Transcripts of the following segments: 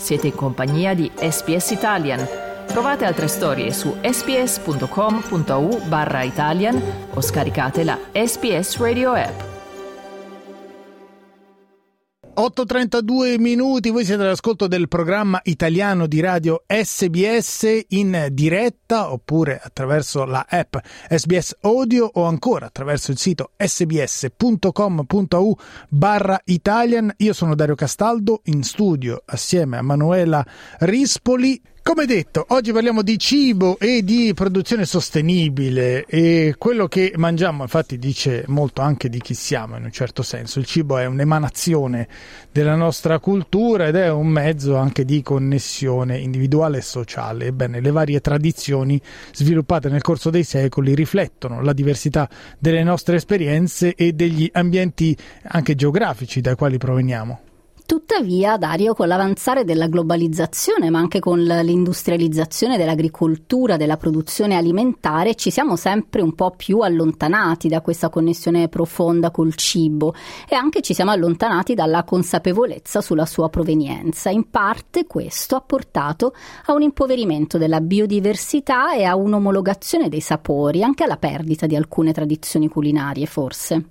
Siete in compagnia di SBS Italian. Trovate altre storie su sbs.com.au/Italian o scaricate la SBS Radio app. 8:32 minuti, voi siete all'ascolto del programma italiano di radio SBS in diretta oppure attraverso la app SBS Audio o ancora attraverso il sito sbs.com.au/Italian. Io sono Dario Castaldo, in studio assieme a Manuela Rispoli. Come detto, oggi parliamo di cibo e di produzione sostenibile, e quello che mangiamo infatti dice molto anche di chi siamo in un certo senso. Il cibo è un'emanazione della nostra cultura ed è un mezzo anche di connessione individuale e sociale. Ebbene, le varie tradizioni sviluppate nel corso dei secoli riflettono la diversità delle nostre esperienze e degli ambienti anche geografici dai quali proveniamo. Tuttavia, Dario, con l'avanzare della globalizzazione, ma anche con l'industrializzazione dell'agricoltura, della produzione alimentare, ci siamo sempre un po' più allontanati da questa connessione profonda col cibo e anche ci siamo allontanati dalla consapevolezza sulla sua provenienza. In parte questo ha portato a un impoverimento della biodiversità e a un'omologazione dei sapori, anche alla perdita di alcune tradizioni culinarie, forse.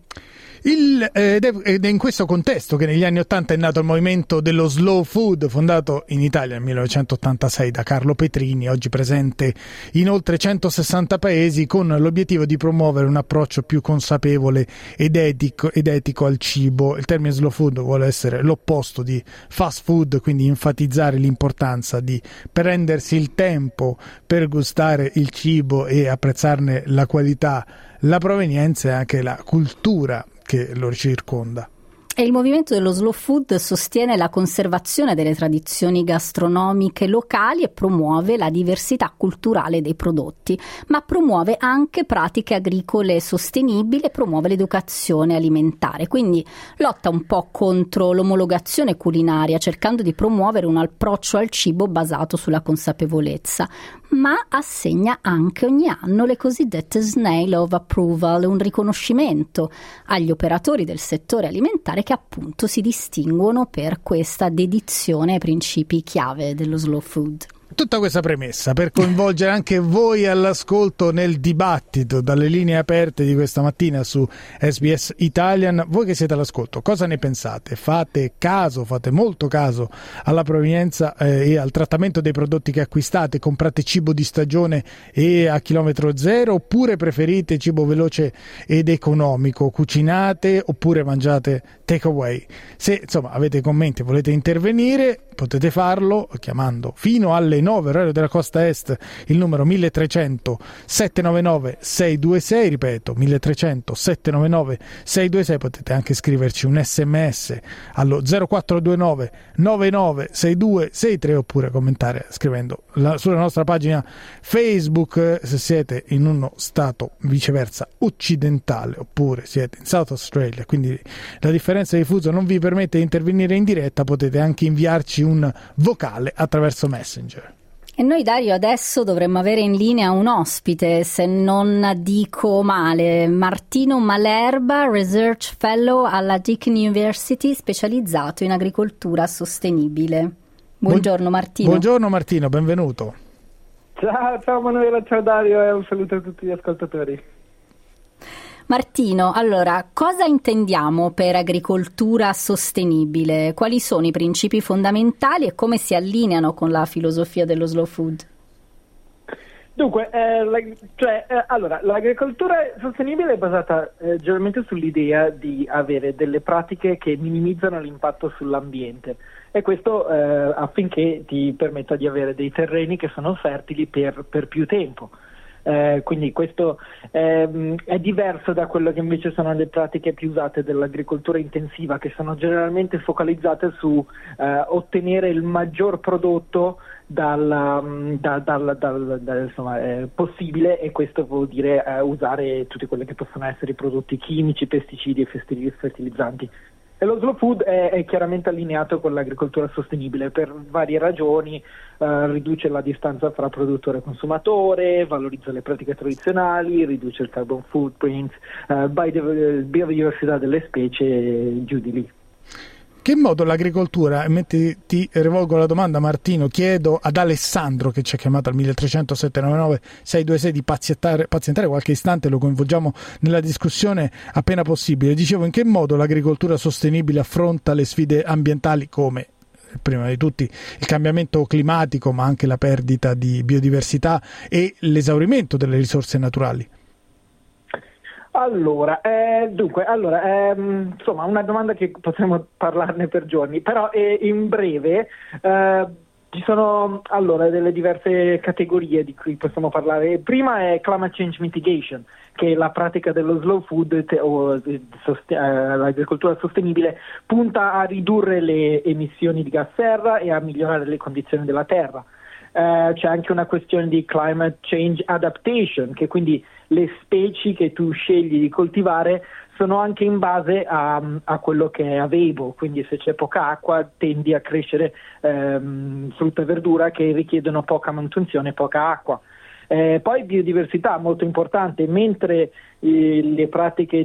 Ed è in questo contesto che negli anni '80 è nato il movimento dello slow food, fondato in Italia nel 1986 da Carlo Petrini, oggi presente in oltre 160 paesi, con l'obiettivo di promuovere un approccio più consapevole ed etico al cibo. Il termine slow food vuole essere l'opposto di fast food, quindi enfatizzare l'importanza di prendersi il tempo per gustare il cibo e apprezzarne la qualità, la provenienza e anche la cultura che lo circonda. E il movimento dello slow food sostiene la conservazione delle tradizioni gastronomiche locali e promuove la diversità culturale dei prodotti, ma promuove anche pratiche agricole sostenibili e promuove l'educazione alimentare. Quindi lotta un po' contro l'omologazione culinaria, cercando di promuovere un approccio al cibo basato sulla consapevolezza, ma assegna anche ogni anno le cosiddette Snail of Approval, un riconoscimento agli operatori del settore alimentare che appunto si distinguono per questa dedizione ai principi chiave dello slow food. Tutta questa premessa per coinvolgere anche voi all'ascolto nel dibattito dalle linee aperte di questa mattina su SBS Italian. Voi che siete all'ascolto, cosa ne pensate? Fate molto caso alla provenienza e al trattamento dei prodotti che acquistate? Comprate cibo di stagione e a chilometro zero, oppure preferite cibo veloce ed economico? Cucinate oppure mangiate take away? Se insomma avete commenti e volete intervenire, potete farlo chiamando fino alle 9 orario della costa est il numero 1300 799 626, ripeto 1300 799 626. Potete anche scriverci un sms allo 0429 996263 oppure commentare scrivendo sulla nostra pagina Facebook se siete in uno stato viceversa occidentale oppure siete in South Australia, quindi la differenza di fuso non vi permette di intervenire in diretta. Potete anche inviarci un vocale attraverso Messenger. E noi, Dario, adesso dovremmo avere in linea un ospite, se non dico male, Martino Malerba, Research Fellow alla Deakin University, specializzato in agricoltura sostenibile. Buongiorno Martino. Buongiorno Martino, benvenuto. Ciao Manuela, ciao Dario e un saluto a tutti gli ascoltatori. Martino, allora, cosa intendiamo per agricoltura sostenibile? Quali sono i principi fondamentali e come si allineano con la filosofia dello slow food? Dunque, l'agricoltura sostenibile è basata generalmente sull'idea di avere delle pratiche che minimizzano l'impatto sull'ambiente, e questo affinché ti permetta di avere dei terreni che sono fertili per più tempo. Quindi questo è diverso da quello che invece sono le pratiche più usate dell'agricoltura intensiva, che sono generalmente focalizzate su ottenere il maggior prodotto possibile, e questo vuol dire usare tutti quelli che possono essere i prodotti chimici, pesticidi e fertilizzanti. E lo slow food è chiaramente allineato con l'agricoltura sostenibile per varie ragioni. Riduce la distanza fra produttore e consumatore, valorizza le pratiche tradizionali, riduce il carbon footprint, biodiversità delle specie, giù di lì. che modo l'agricoltura, e mentre ti rivolgo la domanda Martino, chiedo ad Alessandro che ci ha chiamato al 1300 799 626 di pazientare qualche istante, lo coinvolgiamo nella discussione appena possibile. Dicevo, in che modo l'agricoltura sostenibile affronta le sfide ambientali come prima di tutti il cambiamento climatico, ma anche la perdita di biodiversità e l'esaurimento delle risorse naturali? Insomma, una domanda che potremmo parlarne per giorni, però in breve ci sono delle diverse categorie di cui possiamo parlare. Prima è climate change mitigation, che è la pratica dello slow food l'agricoltura sostenibile punta a ridurre le emissioni di gas serra e a migliorare le condizioni della terra. C'è anche una questione di climate change adaptation, che quindi le specie che tu scegli di coltivare sono anche in base a quello che è avevo, quindi se c'è poca acqua tendi a crescere frutta e verdura che richiedono poca manutenzione e poca acqua. Poi biodiversità, molto importante, mentre le pratiche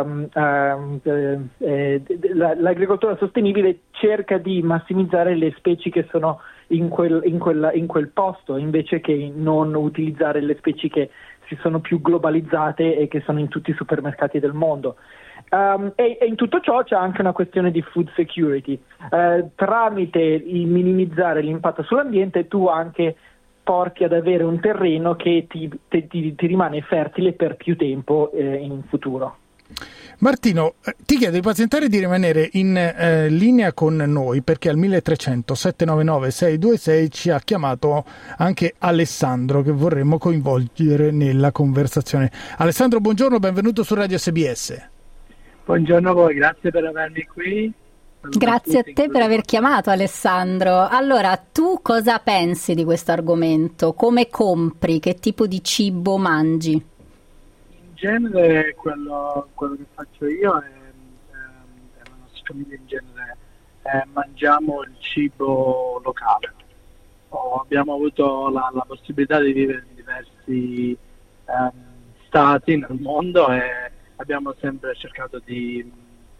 l'agricoltura sostenibile cerca di massimizzare le specie che sono in quel posto, invece che non utilizzare le specie che si sono più globalizzate e che sono in tutti i supermercati del mondo. E in tutto ciò c'è anche una questione di food security. Tramite il minimizzare l'impatto sull'ambiente tu anche porti ad avere un terreno che ti rimane fertile per più tempo in futuro. Martino, ti chiedo di pazientare e di rimanere in linea con noi, perché al 1300 799 626 ci ha chiamato anche Alessandro, che vorremmo coinvolgere nella conversazione. Alessandro, buongiorno, benvenuto su Radio SBS. Buongiorno a voi, grazie per avermi qui. Grazie a te per aver chiamato, Alessandro. Allora, tu cosa pensi di questo argomento? Come compri? Che tipo di cibo mangi? In genere quello che faccio io e la nostra famiglia in genere mangiamo il cibo locale. Abbiamo avuto la possibilità di vivere in diversi stati nel mondo e abbiamo sempre cercato di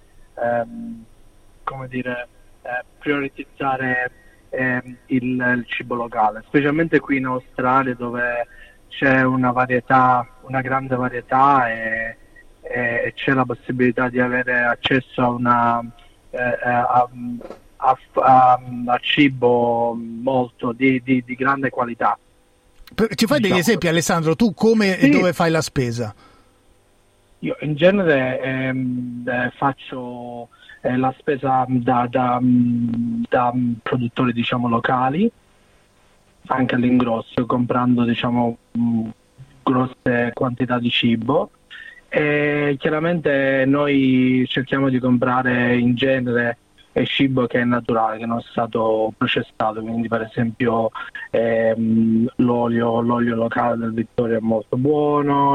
prioritizzare il cibo locale, specialmente qui in Australia, dove c'è una grande varietà e c'è la possibilità di avere accesso a cibo molto di grande qualità. Ci fai degli esempi, Alessandro? Tu come e dove fai la spesa? Io in genere faccio la spesa da produttori locali, anche all'ingrosso, comprando grosse quantità di cibo, e chiaramente noi cerchiamo di comprare in genere cibo che è naturale, che non è stato processato, quindi per esempio l'olio locale del Vittoria è molto buono,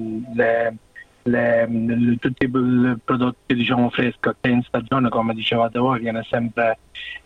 tutti i prodotti freschi che in stagione, come dicevate voi, viene sempre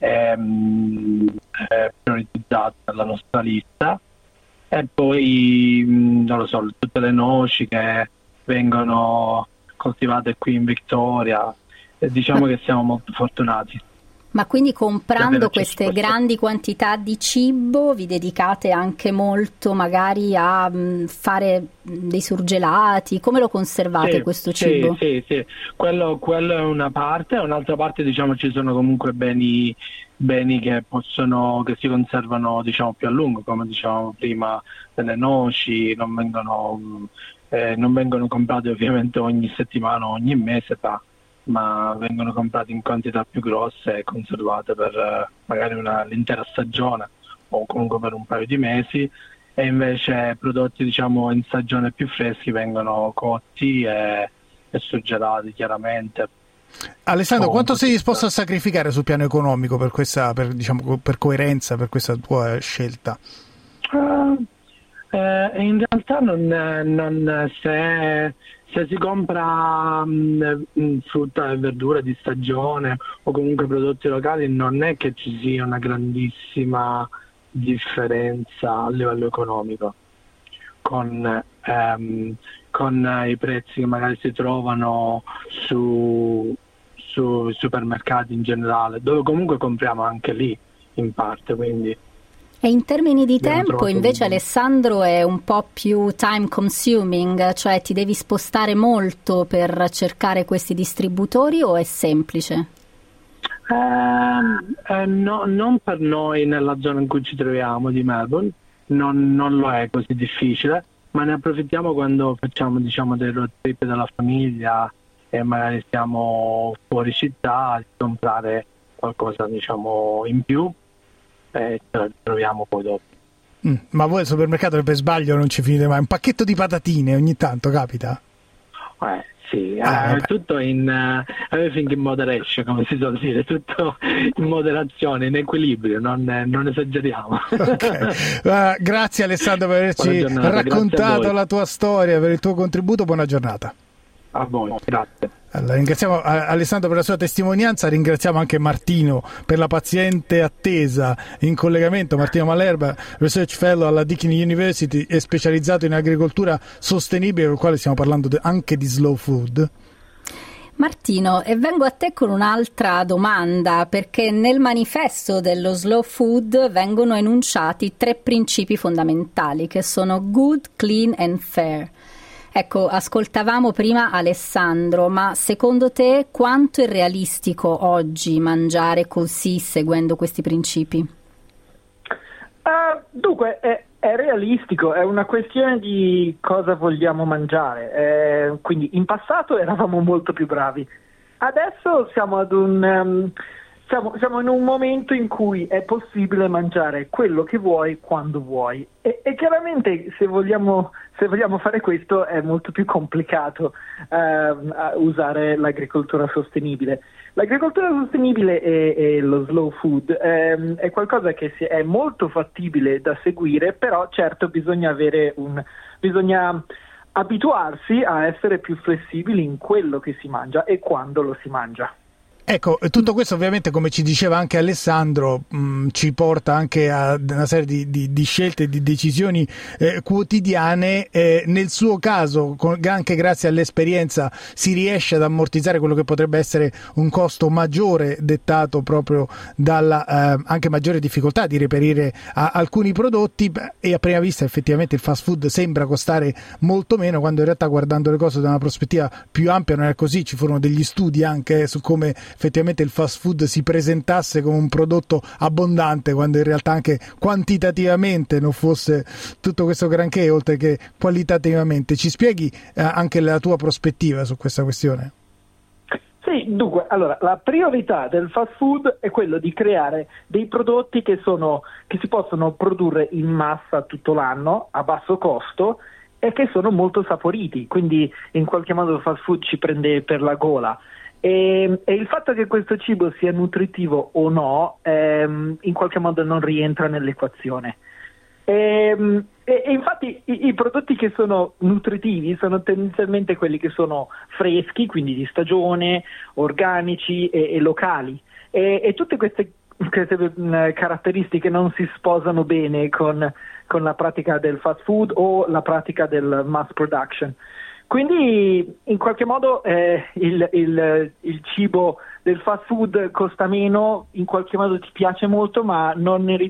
prioritizzato nella nostra lista. E poi tutte le noci che vengono coltivate qui in Victoria, diciamo che siamo molto fortunati. Ma quindi comprando queste grandi quantità di cibo vi dedicate anche molto magari a fare dei surgelati? Come lo conservate questo cibo? Sì. Quello è una parte, un'altra parte ci sono comunque beni che si conservano più a lungo, come dicevamo prima, delle noci non vengono comprate ovviamente ogni settimana o ogni mese, ma vengono comprati in quantità più grosse e conservate per magari l'intera stagione o comunque per un paio di mesi, e invece prodotti in stagione più freschi vengono cotti e surgelati chiaramente. Alessandro, quanto sei disposto a sacrificare sul piano economico per coerenza, per questa tua scelta? In realtà se si compra frutta e verdura di stagione o comunque prodotti locali, non è che ci sia una grandissima differenza a livello economico con i prezzi che magari si trovano sui supermercati in generale, dove comunque compriamo anche lì in parte, quindi. E in termini di tempo invece Alessandro è un po' più time consuming, cioè ti devi spostare molto per cercare questi distributori, o è semplice? No, non per noi nella zona in cui ci troviamo di Melbourne, non lo è così difficile, ma ne approfittiamo quando facciamo, diciamo, dei road trip della famiglia e magari siamo fuori città di comprare qualcosa, diciamo, in più e ce la troviamo poi dopo. Ma voi al supermercato per sbaglio non ci finite mai? Un pacchetto di patatine ogni tanto capita? Sì, tutto in everything in moderation, come si suol dire, tutto in moderazione, in equilibrio, non esageriamo. Okay. Grazie Alessandro per averci raccontato la tua storia, per il tuo contributo, buona giornata. A voi, grazie. Allora, ringraziamo Alessandro per la sua testimonianza, ringraziamo anche Martino per la paziente attesa in collegamento. Martino Malherba, Research Fellow alla Deakin University e specializzato in agricoltura sostenibile, con il quale stiamo parlando anche di slow food. Martino, e vengo a te con un'altra domanda, perché nel manifesto dello slow food vengono enunciati 3 principi fondamentali che sono good, clean and fair. Ecco, ascoltavamo prima Alessandro, ma secondo te quanto è realistico oggi mangiare così seguendo questi principi? Dunque, è realistico, è una questione di cosa vogliamo mangiare. Quindi in passato eravamo molto più bravi, adesso siamo siamo in un momento in cui è possibile mangiare quello che vuoi quando vuoi e chiaramente se vogliamo fare questo è molto più complicato usare l'agricoltura sostenibile. L'agricoltura sostenibile e lo slow food è qualcosa che è molto fattibile da seguire, però certo bisogna abituarsi a essere più flessibili in quello che si mangia e quando lo si mangia. Ecco, tutto questo ovviamente, come ci diceva anche Alessandro, ci porta anche a una serie di scelte, di decisioni quotidiane. Nel suo caso, anche grazie all'esperienza, si riesce ad ammortizzare quello che potrebbe essere un costo maggiore dettato proprio dalla anche maggiore difficoltà di reperire alcuni prodotti, e a prima vista effettivamente il fast food sembra costare molto meno, quando in realtà, guardando le cose da una prospettiva più ampia, non è così. Ci furono degli studi anche su come effettivamente il fast food si presentasse come un prodotto abbondante, quando in realtà anche quantitativamente non fosse tutto questo granché, oltre che qualitativamente. Ci spieghi anche la tua prospettiva su questa questione? Sì, dunque, allora, la priorità del fast food è quello di creare dei prodotti che si possono produrre in massa tutto l'anno a basso costo e che sono molto saporiti, quindi in qualche modo il fast food ci prende per la gola. E il fatto che questo cibo sia nutritivo o no in qualche modo non rientra nell'equazione. E infatti i prodotti che sono nutritivi sono tendenzialmente quelli che sono freschi, quindi di stagione, organici e locali. E tutte queste caratteristiche non si sposano bene con la pratica del fast food o la pratica del mass production. Quindi in qualche modo il cibo del fast food costa meno, in qualche modo ti piace molto, ma non ne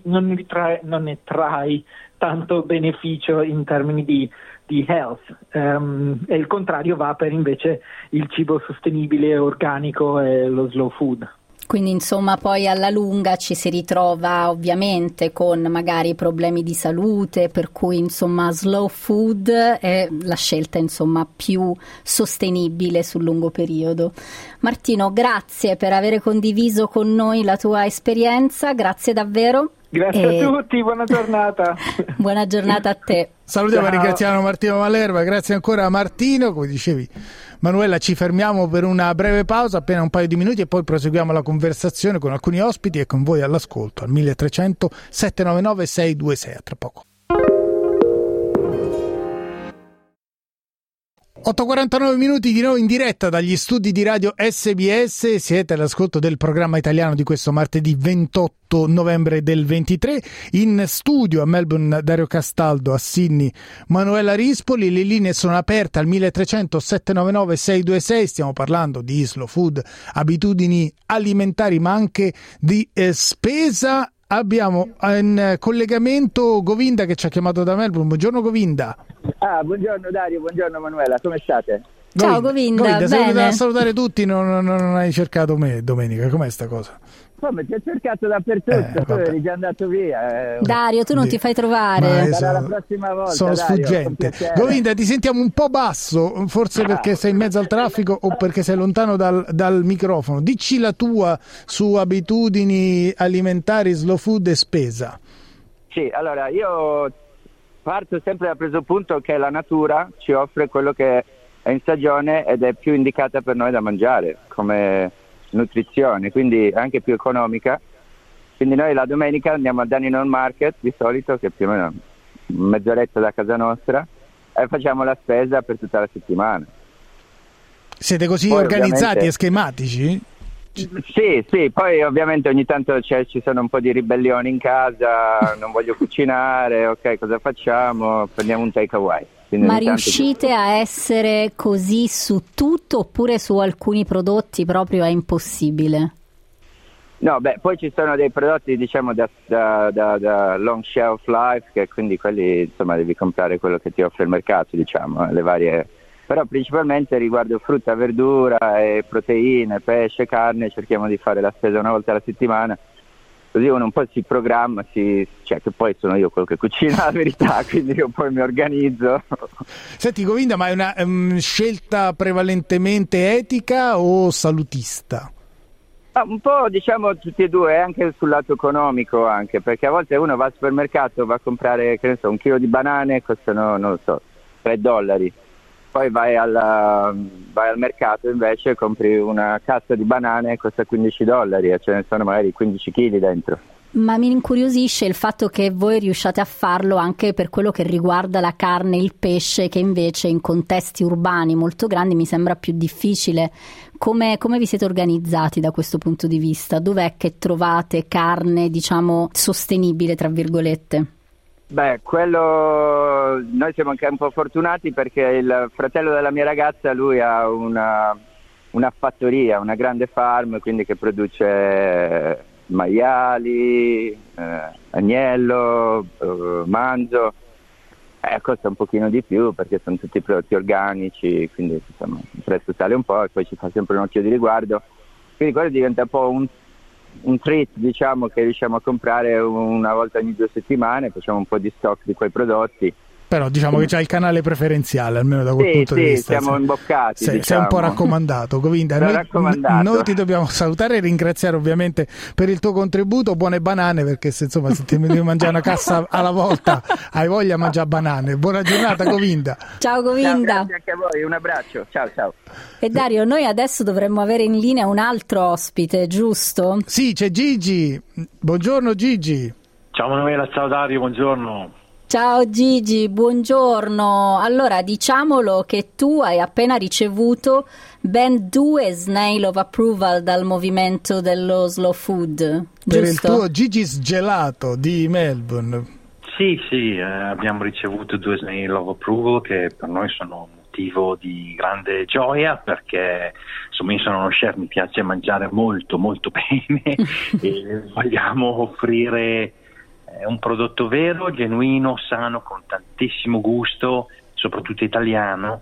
trai tanto beneficio in termini di health. E il contrario va per invece il cibo sostenibile, organico e lo slow food. Quindi insomma poi alla lunga ci si ritrova ovviamente con magari problemi di salute, per cui insomma slow food è la scelta insomma più sostenibile sul lungo periodo. Martino, grazie per aver condiviso con noi la tua esperienza, grazie davvero. Grazie a tutti, buona giornata. Buona giornata a te. Salutiamo e ringraziamo Martino Malherba, grazie ancora a Martino. Come dicevi Manuela, ci fermiamo per una breve pausa, appena un paio di minuti, e poi proseguiamo la conversazione con alcuni ospiti e con voi all'ascolto al 1300 799 626. A tra poco. 8:49 minuti di noi in diretta dagli studi di radio SBS. Siete all'ascolto del programma italiano di questo martedì 28 novembre del 23. In studio a Melbourne Dario Castaldo, a Sydney Manuela Rispoli. Le linee sono aperte al 1300 799 626. Stiamo parlando di slow food, abitudini alimentari, ma anche di spesa. Abbiamo in collegamento Govinda che ci ha chiamato da Melbourne. Buongiorno Govinda. Buongiorno Dario, buongiorno Manuela, come state? Ciao Govinda, bene. Salutare tutti, non hai cercato me domenica, com'è sta cosa? Come ti ho cercato dappertutto, tu eri già andato via. Dario, tu non ti fai trovare. Sarà la prossima volta. Sono Dario, sfuggente. Govinda, ti sentiamo un po' basso, forse perché sei in mezzo al traffico o perché sei lontano dal microfono. Dici la tua su abitudini alimentari, slow food e spesa. Sì, allora io parto sempre dal presupposto che la natura ci offre quello che è in stagione ed è più indicata per noi da mangiare come nutrizione, quindi anche più economica. Quindi noi la domenica andiamo a Dandenong Market di solito, che è più o meno mezz'oretta da casa nostra, e facciamo la spesa per tutta la settimana. Siete così poi, organizzati e schematici? Sì, poi ovviamente ogni tanto ci sono un po' di ribellioni in casa, non voglio cucinare, ok, cosa facciamo? Prendiamo un takeaway. Ma riuscite a essere così su tutto oppure su alcuni prodotti proprio è impossibile? No, poi ci sono dei prodotti diciamo da long shelf life, che quindi quelli insomma devi comprare quello che ti offre il mercato, diciamo, le varie. Però principalmente riguardo frutta, verdura e proteine, pesce, carne, cerchiamo di fare la spesa una volta alla settimana. Così uno un po' si programma, cioè che poi sono io quello che cucina la verità, quindi io poi mi organizzo. Senti Govinda, ma è una scelta prevalentemente etica o salutista? Un po' diciamo tutti e due, anche sul lato economico anche, perché a volte uno va al supermercato, va a comprare, che ne so, un chilo di banane, costano, non lo so, $3. Poi vai al mercato invece, compri una cassa di banane, costa $15 e ce ne sono magari 15 kg dentro. Ma mi incuriosisce il fatto che voi riusciate a farlo anche per quello che riguarda la carne e il pesce, che invece in contesti urbani molto grandi mi sembra più difficile. Come vi siete organizzati da questo punto di vista? Dov'è che trovate carne, diciamo, sostenibile, tra virgolette? Quello noi siamo anche un po' fortunati perché il fratello della mia ragazza, lui ha una fattoria, una grande farm, quindi che produce maiali, agnello, manzo. Costa un pochino di più perché sono tutti prodotti organici, quindi insomma, il prezzo sale un po' e poi ci fa sempre un occhio di riguardo. Quindi quello diventa un po' un treat, diciamo, che riusciamo a comprare una volta ogni 2 settimane, facciamo un po' di stock di quei prodotti. Però diciamo che c'è il canale preferenziale, almeno da quel punto di vista. Siamo imboccati. Sei un po' raccomandato, Govinda. Noi ti dobbiamo salutare e ringraziare ovviamente per il tuo contributo. Buone banane, perché se ti devi mangiare una cassa alla volta, hai voglia di mangiare banane. Buona giornata Govinda. Ciao Govinda. Ciao, grazie anche a voi, un abbraccio. Ciao. E Dario, noi adesso dovremmo avere in linea un altro ospite, giusto? Sì, c'è Gigi. Buongiorno Gigi. Ciao Manuela, ciao Dario, buongiorno. Ciao Gigi, buongiorno. Allora, diciamolo che tu hai appena ricevuto ben 2 Snail of Approval dal movimento dello slow food, giusto? Per il tuo Gigi's Gelato di Melbourne. Sì, abbiamo ricevuto 2 Snail of Approval che per noi sono un motivo di grande gioia, perché insomma io sono uno chef, mi piace mangiare molto molto bene e vogliamo offrire un prodotto vero, genuino, sano, con tantissimo gusto, soprattutto italiano,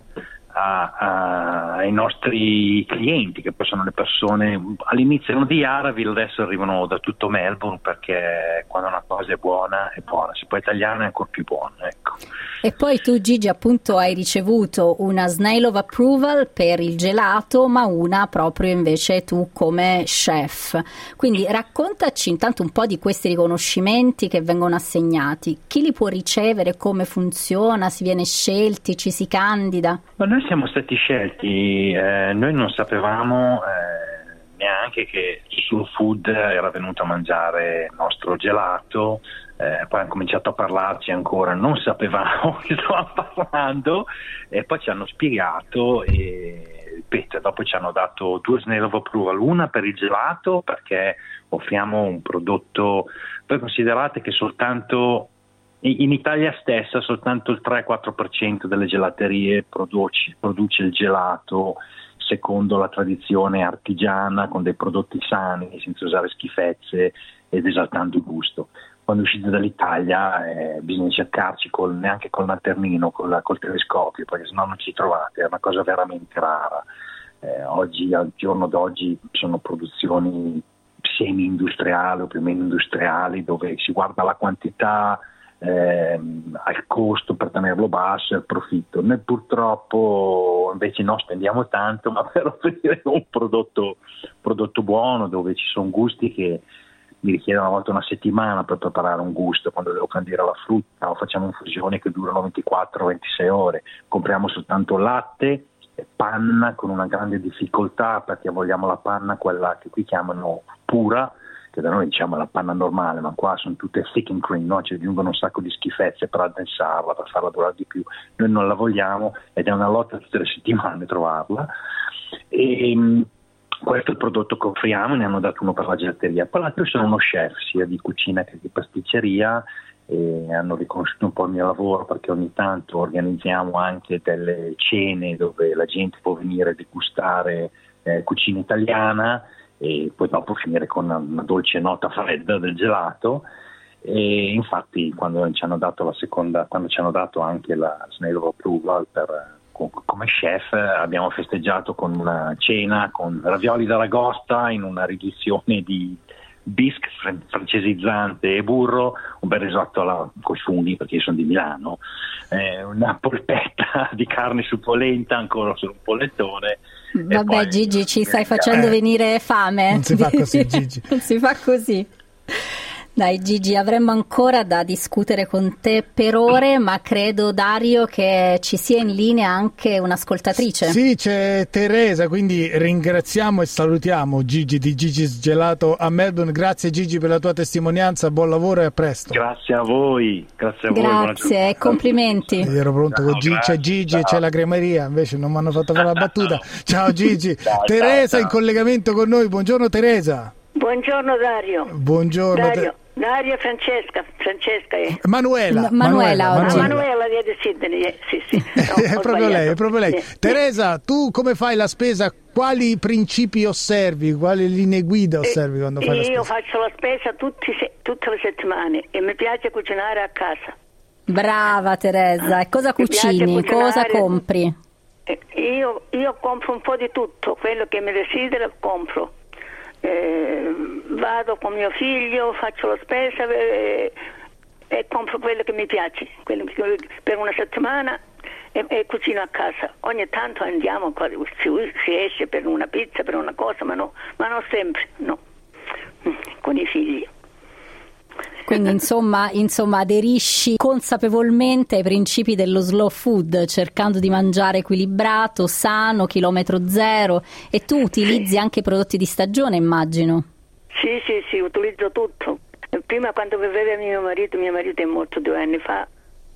ai nostri clienti, che poi sono le persone all'inizio erano di Yaraville, adesso arrivano da tutto Melbourne, perché quando una cosa è buona, se poi è italiana è ancora più buona, ecco. E poi tu Gigi appunto hai ricevuto una Snail of Approval per il gelato, ma una proprio invece tu come chef. Quindi raccontaci intanto un po' di questi riconoscimenti che vengono assegnati. Chi li può ricevere, come funziona, si viene scelti, ci si candida? Ma noi siamo stati scelti, noi non sapevamo anche che Slow Food era venuto a mangiare il nostro gelato, poi hanno cominciato a parlarci ancora, non sapevamo che stavamo parlando, e poi ci hanno spiegato e ripeto, dopo ci hanno dato 2 Snail of Approval, una per il gelato perché offriamo un prodotto, poi considerate che soltanto in Italia stessa soltanto il 3-4% delle gelaterie produce il gelato secondo la tradizione artigiana, con dei prodotti sani, senza usare schifezze ed esaltando il gusto. Quando uscite dall'Italia bisogna cercarci neanche col lanternino, col telescopio, perché sennò non ci trovate, è una cosa veramente rara. Oggi, al giorno d'oggi, sono produzioni semi-industriali o più o meno industriali, dove si guarda la quantità al costo per tenerlo basso e il profitto. Noi purtroppo invece no, spendiamo tanto, ma per offrire un prodotto buono, dove ci sono gusti che mi richiedono a volte una settimana per preparare un gusto, quando devo candire la frutta, o facciamo infusioni che durano 24-26 ore, compriamo soltanto latte e panna con una grande difficoltà, perché vogliamo la panna quella che qui chiamano pura, che da noi diciamo la panna normale, ma qua sono tutte thick and cream, no? Ci aggiungono un sacco di schifezze per addensarla, per farla durare di più. Noi non la vogliamo ed è una lotta tutte le settimane trovarla. E questo è il prodotto che offriamo, ne hanno dato uno per la gelateria. Poi l'altro sono uno chef, sia di cucina che di pasticceria, e hanno riconosciuto un po' il mio lavoro, perché ogni tanto organizziamo anche delle cene dove la gente può venire a degustare cucina italiana, e poi dopo finire con una dolce nota fredda del gelato. E infatti quando ci hanno dato quando ci hanno dato anche la Snail of Approval come chef, abbiamo festeggiato con una cena con ravioli d'aragosta in una riduzione di bisque francesizzante e burro, un bel risotto coi funghi, perché io sono di Milano, una polpetta di carne su polenta ancora su un pollettone. Vabbè, Gigi, ci stai facendo venire fame. Non si fa così, Gigi. Non si fa così. Dai Gigi, avremmo ancora da discutere con te per ore, ma credo, Dario, che ci sia in linea anche un'ascoltatrice. Sì, c'è Teresa, quindi ringraziamo e salutiamo Gigi di Gigi's Gelato a Melbourne. Grazie Gigi per la tua testimonianza, buon lavoro e a presto. Grazie a voi. Grazie e complimenti. Io ero pronto con Gigi, c'è Gigi e c'è la cremeria, invece non mi hanno fatto fare la battuta. Ciao Gigi. Teresa in collegamento con noi, buongiorno Teresa. Buongiorno Dario. Buongiorno Dario e Francesca Manuela di Sydney, sì. No, è proprio lei. Sì. Teresa, tu come fai la spesa? Quali principi osservi? Quali linee guida osservi quando fai la spesa? Io faccio la spesa tutte le settimane e mi piace cucinare a casa. Brava Teresa, e cosa cucini? Cosa compri? Io compro un po' di tutto, quello che mi desidero compro. Vado con mio figlio, faccio la spesa e compro quello che mi piace, quello che per una settimana e cucino a casa. Ogni tanto andiamo, si esce per una pizza, per una cosa, ma non sempre, no, con i figli. Quindi insomma aderisci consapevolmente ai principi dello slow food, cercando di mangiare equilibrato, sano, chilometro zero, e tu utilizzi anche prodotti di stagione, immagino. Sì, utilizzo tutto. Prima, quando viveva mio marito è morto 2 anni fa,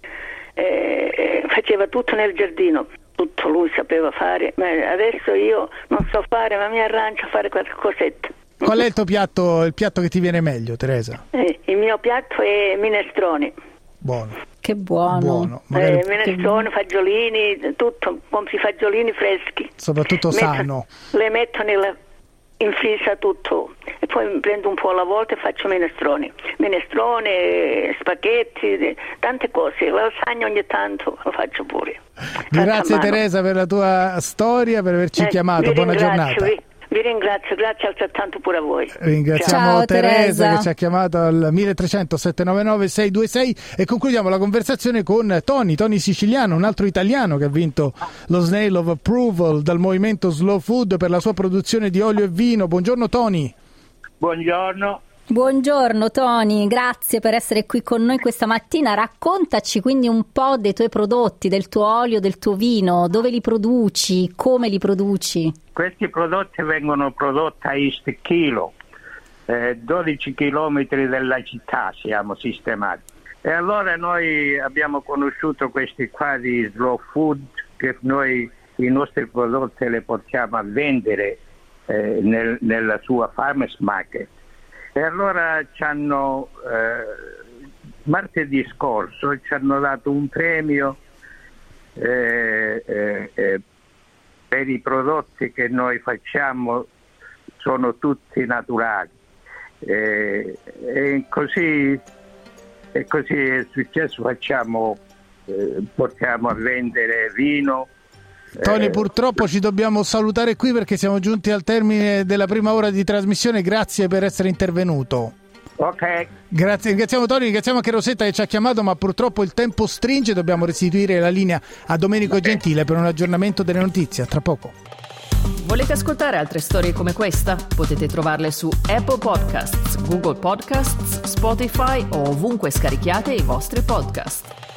faceva tutto nel giardino, tutto lui sapeva fare, ma adesso io non so fare, ma mi arrancio a fare qualche cosetta. Qual è il tuo piatto, il piatto che ti viene meglio, Teresa? Il mio piatto è minestrone. Buono. Che buono. Minestrone, fagiolini, tutto, compri fagiolini freschi. Soprattutto sano. Le metto in frisa tutto e poi prendo un po' alla volta e faccio minestrone, spaghetti, tante cose, lasagna ogni tanto lo faccio pure. Grazie Teresa per la tua storia, per averci chiamato, buona giornata. Vi ringrazio, grazie altrettanto pure a voi. Ringraziamo Ciao, Teresa che ci ha chiamato al 1300 799 626 e concludiamo la conversazione con Tony Siciliano, un altro italiano che ha vinto lo Snail of Approval dal movimento Slow Food per la sua produzione di olio e vino. Buongiorno Tony. Buongiorno. Buongiorno Tony, grazie per essere qui con noi questa mattina. Raccontaci quindi un po' dei tuoi prodotti, del tuo olio, del tuo vino, dove li produci, come li produci? Questi prodotti vengono prodotti a Istechilo, 12 chilometri dalla città siamo sistemati. E allora noi abbiamo conosciuto questi qua di Slow Food, che noi i nostri prodotti li portiamo a vendere nella sua farmers market. E allora martedì scorso ci hanno dato un premio per i prodotti che noi facciamo, sono tutti naturali. E così è successo, portiamo a vendere vino. Tony, purtroppo ci dobbiamo salutare qui perché siamo giunti al termine della prima ora di trasmissione. Grazie per essere intervenuto. Ok. Grazie, ringraziamo Tony, ringraziamo anche Rosetta che ci ha chiamato, ma purtroppo il tempo stringe, dobbiamo restituire la linea a Domenico Gentile per un aggiornamento delle notizie. A tra poco. Volete ascoltare altre storie come questa? Potete trovarle su Apple Podcasts, Google Podcasts, Spotify o ovunque scarichiate i vostri podcast.